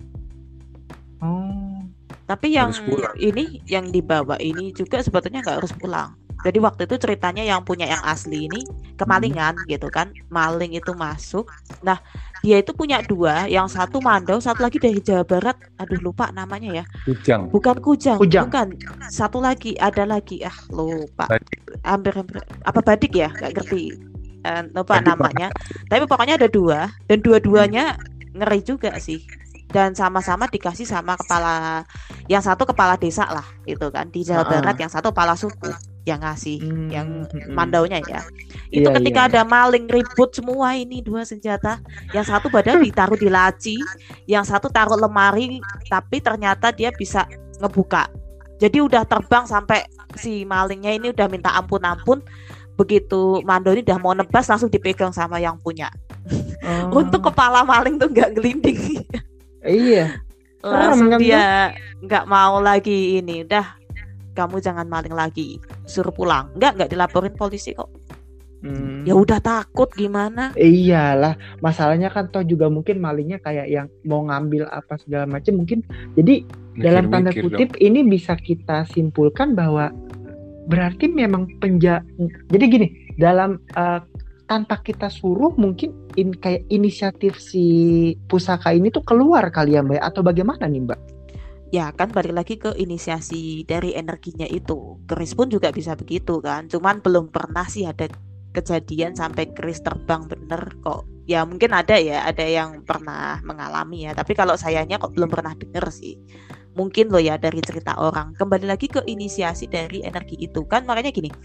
Oh. Tapi yang Harus pulang. ini yang dibawa ini juga sebetulnya nggak harus pulang. Jadi waktu itu ceritanya yang punya yang asli ini kemalingan gitu kan, maling itu masuk. Nah dia itu punya dua, yang satu mandau, satu lagi dari Jawa Barat. Aduh lupa namanya ya. Kujang. Bukan kujang, Kujang. bukan. Satu lagi ada lagi ah lupa. Badik. Hampir-hampir apa badik ya? Nggak ngerti. Eh, lupa Badik, namanya. Tapi pokoknya ada dua dan dua-duanya ngeri juga sih. Dan sama-sama dikasih sama kepala, yang satu kepala desa lah gitu kan di Jawa Ah. Barat, yang satu kepala suku yang ngasih, Hmm, yang mm-mm. mandaunya ya. Itu Iya, ketika iya. ada maling ribut semua ini dua senjata, yang satu badan ditaruh di laci, yang satu taruh lemari, tapi ternyata dia bisa ngebuka. Jadi udah terbang sampai si malingnya ini udah minta ampun-ampun. Begitu mandau ini udah mau nebas langsung dipegang sama yang punya. Oh. Untuk kepala maling tuh nggak gelinding. Iya. Langsung kan, dia nggak mau lagi ini, udah kamu jangan maling lagi, suruh pulang. Nggak nggak dilaporin polisi kok. Hmm. Ya udah takut gimana? Iyalah, masalahnya kan toh juga mungkin malingnya kayak yang mau ngambil apa segala macam mungkin. Jadi dalam tanda Mikir-mikir kutip ini bisa kita simpulkan bahwa berarti memang penja. Jadi gini, dalam uh, tanpa kita suruh mungkin in, kayak inisiatif si pusaka ini tuh keluar kali ya Mbak, atau bagaimana nih Mbak? Ya kan balik lagi ke inisiasi dari energinya itu. Keris pun juga bisa begitu kan. Cuman belum pernah sih ada kejadian sampai keris terbang bener kok. Ya mungkin ada ya, ada yang pernah mengalami ya. Tapi kalau sayanya kok belum pernah denger sih. Mungkin loh ya dari cerita orang. Kembali lagi ke inisiasi dari energi itu kan, makanya gini.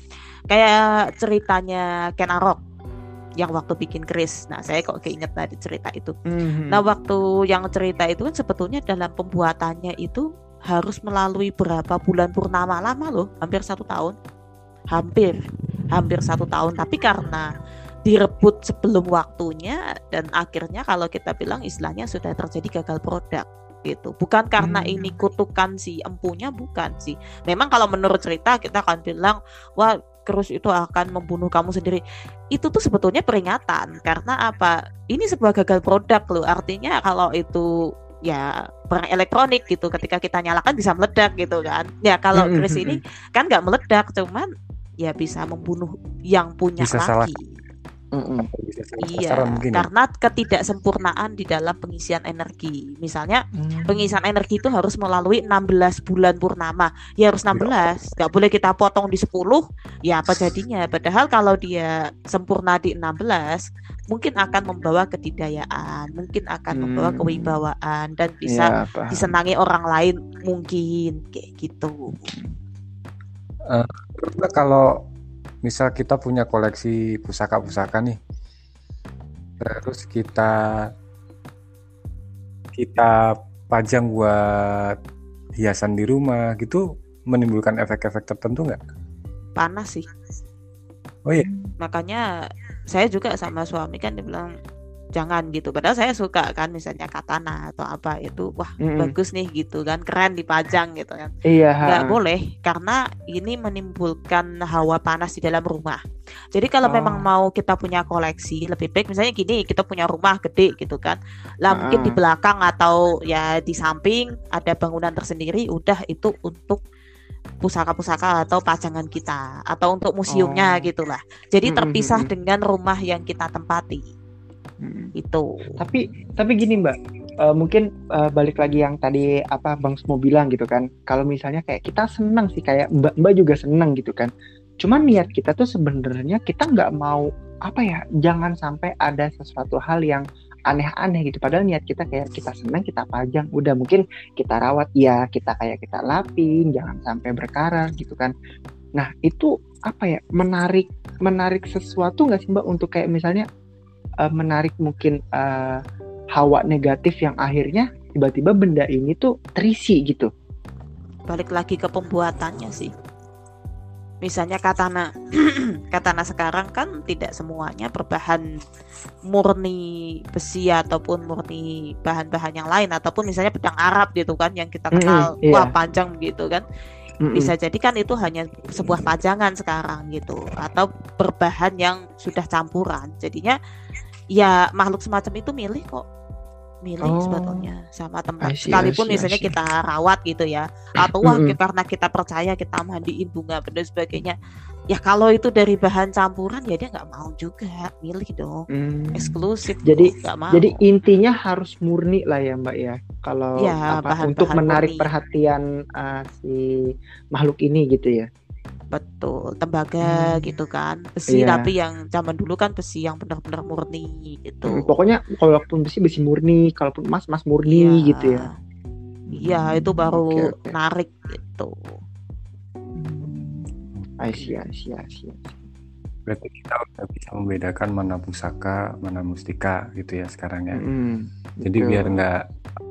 Kayak ceritanya Ken Arok yang waktu bikin keris. Nah saya kok keinget tadi cerita itu. Mm-hmm. Nah waktu yang cerita itu kan sebetulnya dalam pembuatannya itu harus melalui berapa bulan purnama lama loh, hampir satu tahun, hampir, hampir satu tahun. Tapi karena direbut sebelum waktunya dan akhirnya kalau kita bilang istilahnya sudah terjadi gagal produk gitu. Bukan karena Hmm. ini kutukan si empunya, bukan sih. Memang kalau menurut cerita kita akan bilang wah terus itu akan membunuh kamu sendiri. Itu tuh sebetulnya peringatan karena apa? Ini sebuah gagal produk loh. Artinya kalau itu ya perang elektronik gitu, ketika kita nyalakan bisa meledak gitu kan. Ya kalau Mm-mm. keris ini kan nggak meledak, cuman ya bisa membunuh yang punya Bisa salah. lagi. Mm-mm. Bisa salah Iya, sasaran mungkin ya. karena ketidaksempurnaan di dalam pengisian energi. Misalnya Hmm. pengisian energi itu harus melalui enam belas bulan purnama. Ya harus enam belas. Nggak boleh kita potong di sepuluh. Ya apa jadinya? Padahal kalau dia sempurna di enam belas, mungkin akan membawa kedidayaan, mungkin akan Hmm. membawa kewibawaan dan bisa Ya, paham. disenangi orang lain mungkin kayak gitu. Terus Mbak, kalau misal kita punya koleksi pusaka-pusaka nih, terus kita kita pajang buat hiasan di rumah gitu, menimbulkan efek-efek tertentu nggak? Panas sih. Oh iya. Makanya saya juga sama suami kan dibilang jangan gitu. Padahal saya suka kan misalnya katana atau apa itu, wah Mm-mm. bagus nih gitu kan, keren dipajang gitu kan. Iya. Nggak ha. boleh karena ini menimbulkan hawa panas di dalam rumah. Jadi kalau Oh. memang mau kita punya koleksi, lebih baik misalnya gini, kita punya rumah gede gitu kan. Lah mungkin di Ah. belakang atau ya di samping ada bangunan tersendiri, udah itu untuk pusaka-pusaka atau pajangan kita atau untuk museumnya Oh. gitulah. Jadi Mm-mm, terpisah mm-mm. dengan rumah yang kita tempati. Mm-mm. Itu. Tapi tapi gini Mbak, eh, mungkin eh, balik lagi yang tadi apa Bang Smo bilang gitu kan. Kalau misalnya kayak kita senang sih, kayak Mbak Mbak juga senang gitu kan. Cuman niat kita tuh sebenarnya kita nggak mau apa ya, jangan sampai ada sesuatu hal yang aneh-aneh gitu. Padahal niat kita kayak kita senang, kita pajang, udah mungkin kita rawat ya, kita kayak kita lapin, jangan sampai berkarat gitu kan. Nah itu apa ya, menarik menarik sesuatu nggak sih Mbak untuk kayak misalnya uh, menarik mungkin uh, hawa negatif yang akhirnya tiba-tiba benda ini tuh terisi gitu. Balik lagi ke pembuatannya sih. Misalnya katana, katana sekarang kan tidak semuanya berbahan murni besi ataupun murni bahan-bahan yang lain, ataupun misalnya pedang Arab gitu kan yang kita kenal, Mm-mm, wah iya. panjang gitu kan. Mm-mm. Bisa jadi kan itu hanya sebuah pajangan sekarang gitu, atau berbahan yang sudah campuran. Jadinya ya makhluk semacam itu milih kok, milih Oh. sebetulnya sama tempat. I see, Sekalipun I see, I misalnya see. kita rawat gitu ya, atau wah Mm-mm. karena kita percaya kita mandiin bunga dan sebagainya. Ya kalau itu dari bahan campuran ya dia nggak mau juga, milih dong, Hmm. eksklusif. Jadi- dong, nggak mau. Jadi intinya harus murni lah ya Mbak ya. Kalau Ya, apa bahan-bahan untuk menarik murni. perhatian uh, si makhluk ini gitu ya. Betul, tembaga Hmm. gitu kan, besi Iya. tapi yang zaman dulu kan besi yang benar-benar murni gitu. Hmm, Pokoknya kalaupun besi besi murni, kalaupun emas emas murni Iya. gitu ya. Iya, itu baru Oke, oke. narik gitu. I see, I see, I see. Berarti kita udah bisa membedakan mana pusaka, mana mustika gitu ya sekarang ya. Mm-mm. Jadi betul. biar nggak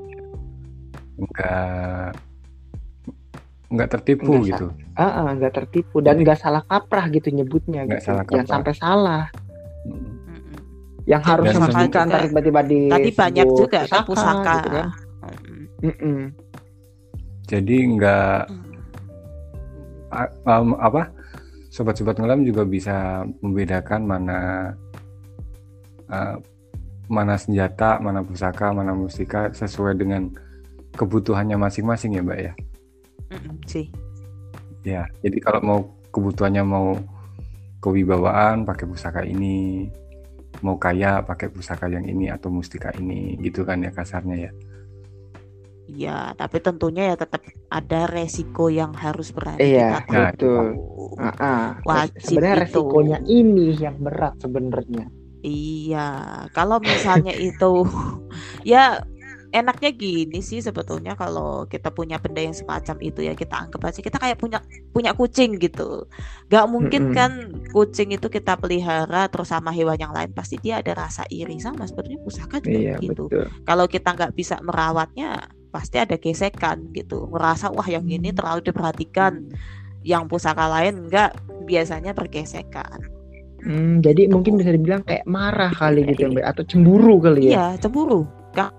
nggak nggak tertipu Nggak gitu. Ah, ah, nggak tertipu dan Jadi- nggak salah kaprah gitu nyebutnya Nggak gitu. salah Jangan kaprah. sampai salah. Mm. Mm-mm. Yang harus Dan sama semua- ntar tiba-tiba di Tadi banyak juga kan pusaka. gitu kan. Mm-mm. Mm-mm. Jadi nggak a- um, apa sobat-sobat ngelam juga bisa membedakan mana uh, mana senjata, mana pusaka, mana mustika sesuai dengan kebutuhannya masing-masing ya Mbak ya. Mm-mm, sih. Ya, jadi kalau mau kebutuhannya mau kewibawaan pakai pusaka ini, mau kaya pakai pusaka yang ini atau mustika ini, gitu kan ya kasarnya ya. Iya, tapi tentunya ya tetap ada resiko yang harus berani Iya, kita nah, betul. tahu. Ah, ah. Wajib Sebenarnya itu. resikonya ini yang berat sebenarnya. Iya, kalau misalnya itu ya enaknya gini sih sebetulnya, kalau kita punya benda yang semacam itu ya kita anggap aja kita kayak punya punya kucing gitu. Gak mungkin Mm-mm. kan kucing itu kita pelihara terus sama hewan yang lain pasti dia ada rasa iri, sama sebetulnya pusaka juga Iya, gitu. betul. Kalau kita nggak bisa merawatnya pasti ada gesekan gitu, ngerasa wah yang ini terlalu diperhatikan, yang pusaka lain enggak, biasanya bergesekan. Hmm, jadi mungkin bisa dibilang kayak marah kali gitu ya, Mbak, atau cemburu kali ya. Iya, cemburu. Ka-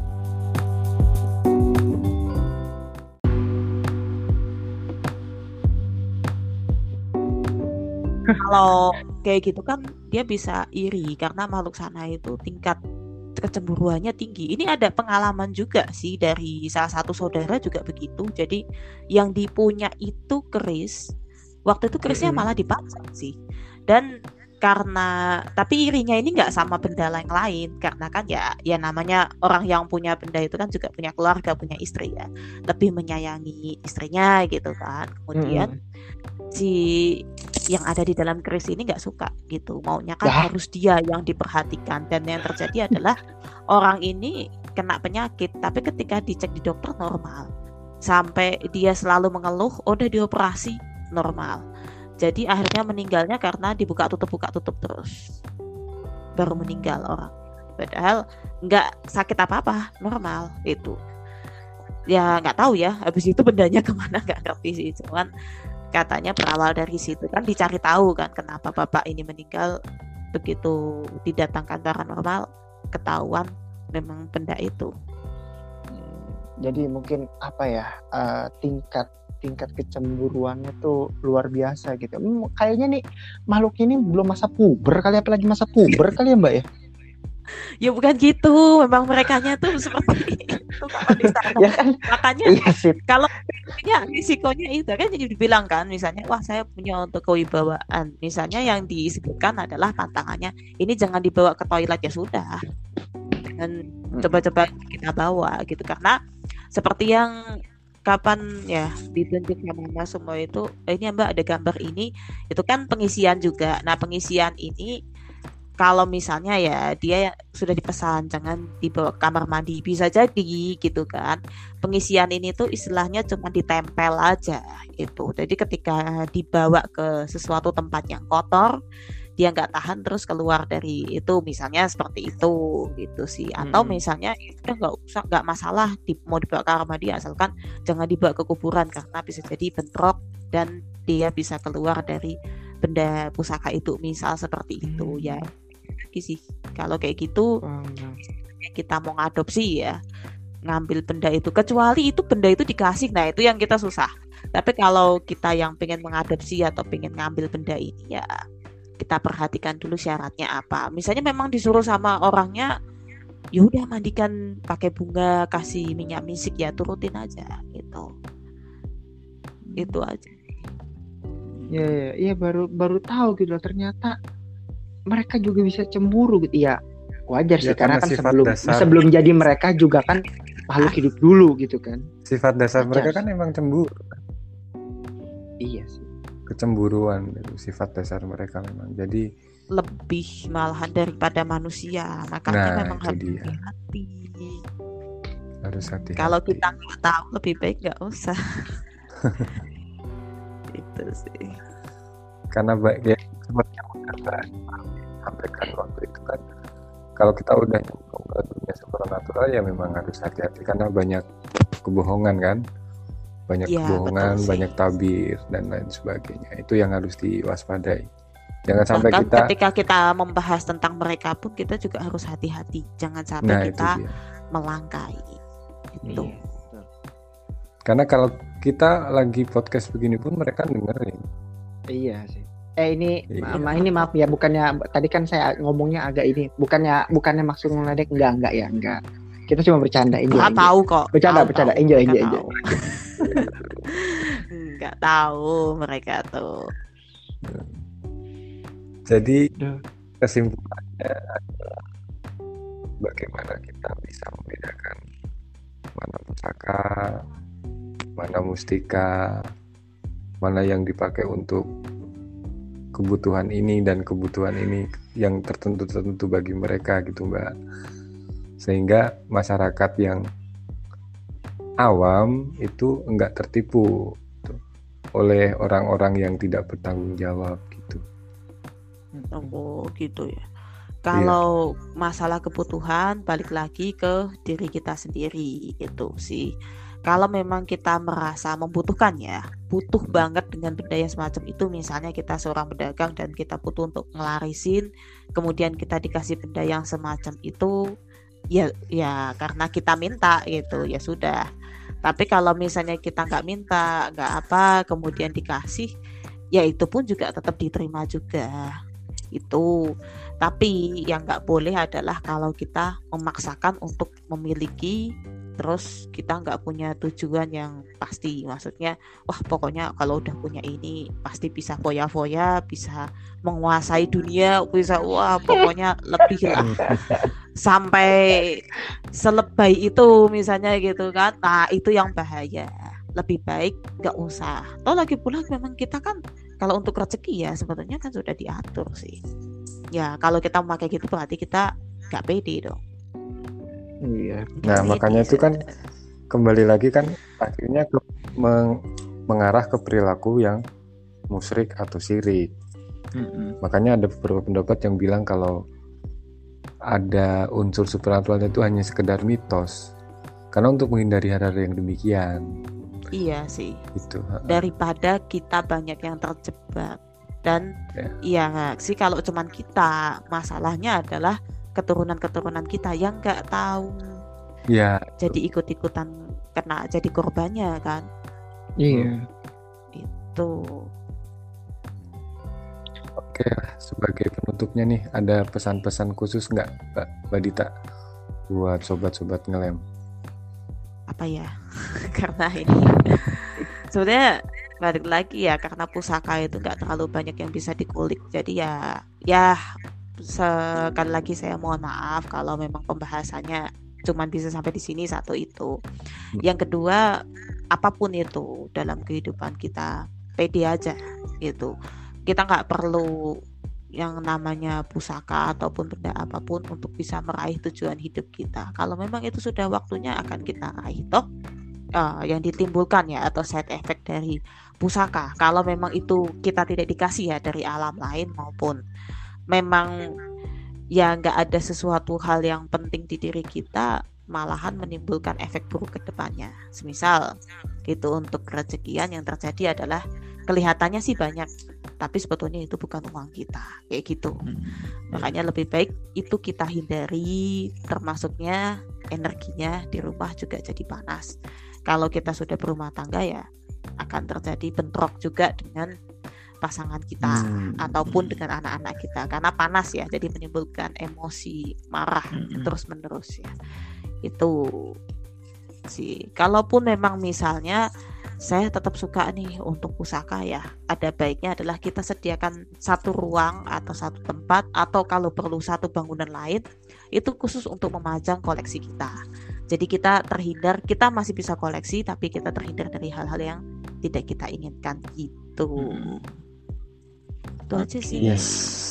Kalau kayak gitu kan dia bisa iri karena makhluk sana itu tingkat kecemburuannya tinggi. Ini ada pengalaman juga sih dari salah satu saudara juga begitu. Jadi yang dipunya itu keris. Waktu itu kerisnya Mm-mm. malah dipajang sih. Dan karena tapi irinya ini nggak sama benda yang lain, karena kan ya ya namanya orang yang punya benda itu kan juga punya keluarga, punya istri ya, lebih menyayangi istrinya gitu kan. Kemudian Mm-mm. si yang ada di dalam keris ini nggak suka gitu, maunya kan Dah. harus dia yang diperhatikan, dan yang terjadi adalah orang ini kena penyakit, tapi ketika dicek di dokter normal, sampai dia selalu mengeluh, oh, udah dioperasi normal. Jadi akhirnya meninggalnya karena dibuka tutup buka tutup terus, baru meninggal orang. Padahal nggak sakit apa-apa, normal itu. Ya nggak tahu ya, habis itu bendanya kemana nggak ngerti sih. Cuman katanya berawal dari situ kan, dicari tahu kan kenapa bapak ini meninggal, begitu didatangkan paranormal ketahuan memang benda itu. Jadi mungkin apa ya, uh, tingkat tingkat kecemburuannya tuh luar biasa gitu. Hmm, kayaknya nih makhluk ini belum masa puber kali, apalagi masa puber kali ya Mbak ya? Ya bukan gitu, memang merekanya tuh seperti itu kalau di sana. Ya kan? Makanya Iya sih. kalau ya, risikonya itu kan jadi dibilang kan, misalnya wah saya punya untuk kewibawaan, misalnya yang disebutkan adalah pantangannya ini jangan dibawa ke toilet, ya sudah, dan coba-coba kita bawa gitu, karena seperti yang kapan ya ditunjuk sama semua itu, eh, ini Mbak ada gambar ini, itu kan pengisian juga. Nah pengisian ini kalau misalnya ya dia sudah dipesan jangan dibawa ke kamar mandi, bisa jadi gitu kan. Pengisian ini tuh istilahnya cuma ditempel aja gitu. Jadi ketika dibawa ke sesuatu tempat yang kotor, dia nggak tahan terus keluar dari itu, misalnya seperti itu gitu sih. Atau hmm. misalnya itu nggak usah, nggak masalah di, mau dibawa ke kamar mandi, asalkan jangan dibawa ke kuburan karena bisa jadi bentrok dan dia bisa keluar dari benda pusaka itu, misal seperti itu hmm. ya. Sih kalau kayak gitu hmm. kita mau ngadopsi ya, ngambil benda itu, kecuali itu benda itu dikasih, nah itu yang kita susah. Tapi kalau kita yang pengen mengadopsi atau pengen ngambil benda ini ya kita perhatikan dulu syaratnya apa. Misalnya memang disuruh sama orangnya, ya udah mandikan pakai bunga, kasih minyak misik, ya turutin aja gitu. Itu aja. Ya, ya, ya baru baru tahu gitu, ternyata mereka juga bisa cemburu gitu. Ya wajar sih, ya, karena, karena kan sebelum dasar, sebelum jadi mereka juga kan makhluk hidup dulu gitu kan. Sifat dasar wajar. Mereka kan emang cemburu. Iya sih. Kecemburuan itu sifat dasar mereka memang. Jadi lebih malahan daripada manusia. Makanya nah, memang harus dia. hati-hati. Harus hati-hati. Kalau kita nggak tahu, lebih baik nggak usah. Itu sih. Karena baik ya seperti yang kita sampaikan waktu itu kan, kalau kita udah nyambung ke dunia supernatural ya memang harus hati-hati karena banyak kebohongan kan. Banyak ya, kebohongan, banyak tabir dan lain sebagainya. Itu yang harus diwaspadai. Jangan sampai bahkan kita ketika kita membahas tentang mereka pun kita juga harus hati-hati. Jangan sampai nah, kita melangkai. Gitu. Iya. Karena kalau kita lagi podcast begini pun mereka dengerin. Iya sih. Eh ini iya. ma- ini maaf ya, bukannya tadi kan saya ngomongnya agak ini, bukannya bukannya maksud ngeledek, enggak enggak ya, enggak. Kita cuma bercanda, enjoy. Enggak tahu kok. Bercanda, tahu, bercanda, tahu. enjoy, enjoy, enjoy. Enggak tahu mereka tuh. Jadi kesimpulannya adalah bagaimana kita bisa membedakan mana pusaka, mana mustika, mana yang dipakai untuk kebutuhan ini dan kebutuhan ini yang tertentu-tertentu bagi mereka gitu Mbak. Sehingga masyarakat yang awam itu enggak tertipu gitu, oleh orang-orang yang tidak bertanggung jawab gitu. Oh gitu ya. Kalau iya. masalah kebutuhan balik lagi ke diri kita sendiri gitu sih. Kalau memang kita merasa membutuhkan ya, butuh banget dengan benda yang semacam itu, misalnya kita seorang pedagang dan kita butuh untuk ngelarisin, kemudian kita dikasih benda yang semacam itu, ya ya karena kita minta gitu, ya sudah. Tapi kalau misalnya kita nggak minta, nggak apa, kemudian dikasih, ya itu pun juga tetap diterima juga itu. Tapi yang nggak boleh adalah kalau kita memaksakan untuk memiliki, terus kita nggak punya tujuan yang pasti. Maksudnya, wah pokoknya kalau udah punya ini pasti bisa foya-foya, bisa menguasai dunia, bisa wah pokoknya lebih lah. Sampai selebay itu misalnya gitu kan. Nah itu yang bahaya. Lebih baik nggak usah. Toh lagi pula memang kita kan kalau untuk rezeki ya sebetulnya kan sudah diatur sih. Ya kalau kita memakai gitu berarti kita nggak pede dong. Iya. Nah makanya itu kan kembali lagi kan akhirnya ke, meng, mengarah ke perilaku yang musyrik atau syirik. Mm-hmm. Makanya ada beberapa pendapat yang bilang kalau ada unsur supernatural itu hanya sekedar mitos. Karena untuk menghindari hal-hal yang demikian. Iya sih. Itu. Daripada kita banyak yang terjebak. Dan ya, ya sih kalau cuman kita, masalahnya adalah keturunan-keturunan kita yang nggak tahu. Ya. Jadi ikut-ikutan kena jadi korbannya kan. Iya. Itu. Oke, sebagai penutupnya nih, ada pesan-pesan khusus nggak, Mbak Mbak Dita, buat sobat-sobat ngelem? Apa ya? Karena ini sebenarnya balik lagi ya, karena pusaka itu nggak terlalu banyak yang bisa dikulik. Jadi ya, ya sekali lagi saya mohon maaf kalau memang pembahasannya cuman bisa sampai di sini satu itu. Yang kedua, apapun itu dalam kehidupan kita pede aja gitu. Kita nggak perlu yang namanya pusaka ataupun benda apapun untuk bisa meraih tujuan hidup kita. Kalau memang itu sudah waktunya akan kita raih toh. Uh, yang ditimbulkan ya atau side effect dari pusaka. Kalau memang itu kita tidak dikasih ya dari alam lain maupun memang ya nggak ada sesuatu hal yang penting di diri kita, malahan menimbulkan efek buruk ke depannya. Semisal itu untuk rezekian yang terjadi adalah kelihatannya sih banyak, tapi sebetulnya itu bukan uang kita, kayak gitu. Makanya lebih baik itu kita hindari, termasuknya energinya di rumah juga jadi panas. Kalau kita sudah berumah tangga ya akan terjadi bentrok juga dengan pasangan kita hmm. ataupun dengan anak-anak kita, karena panas ya, jadi menimbulkan emosi marah hmm. terus menerus ya. Itu sih. Kalaupun memang misalnya saya tetap suka nih untuk pusaka ya, ada baiknya adalah kita sediakan satu ruang atau satu tempat, atau kalau perlu satu bangunan lain itu khusus untuk memajang koleksi kita. Jadi kita terhindar, kita masih bisa koleksi tapi kita terhindar dari hal-hal yang tidak kita inginkan gitu. Hmm. Itu aja sih. Yes.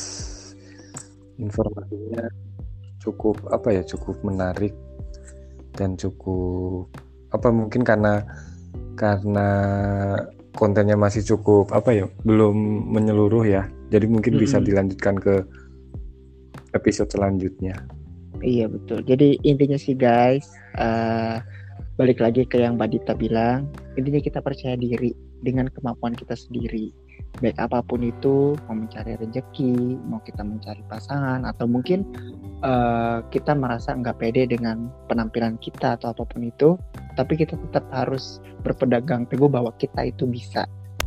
Informasinya cukup apa ya, cukup menarik dan cukup apa, mungkin karena karena kontennya masih cukup apa ya, belum menyeluruh ya, jadi mungkin mm-hmm. bisa dilanjutkan ke episode selanjutnya. Iya betul, jadi intinya sih guys, uh, balik lagi ke yang Mbak Dita bilang, intinya kita percaya diri dengan kemampuan kita sendiri, baik apapun itu, mau mencari rezeki, mau kita mencari pasangan, atau mungkin uh, kita merasa nggak pede dengan penampilan kita atau apapun itu, tapi kita tetap harus berpedagang teguh bahwa kita itu bisa.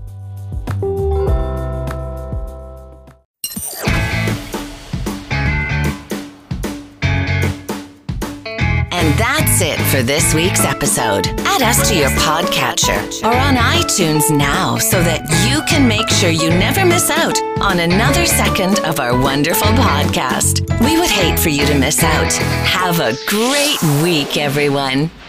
And that's it for this week's episode. Add us to your podcatcher or on iTunes now so that you can make sure you never miss out on another second of our wonderful podcast. We would hate for you to miss out. Have a great week, everyone.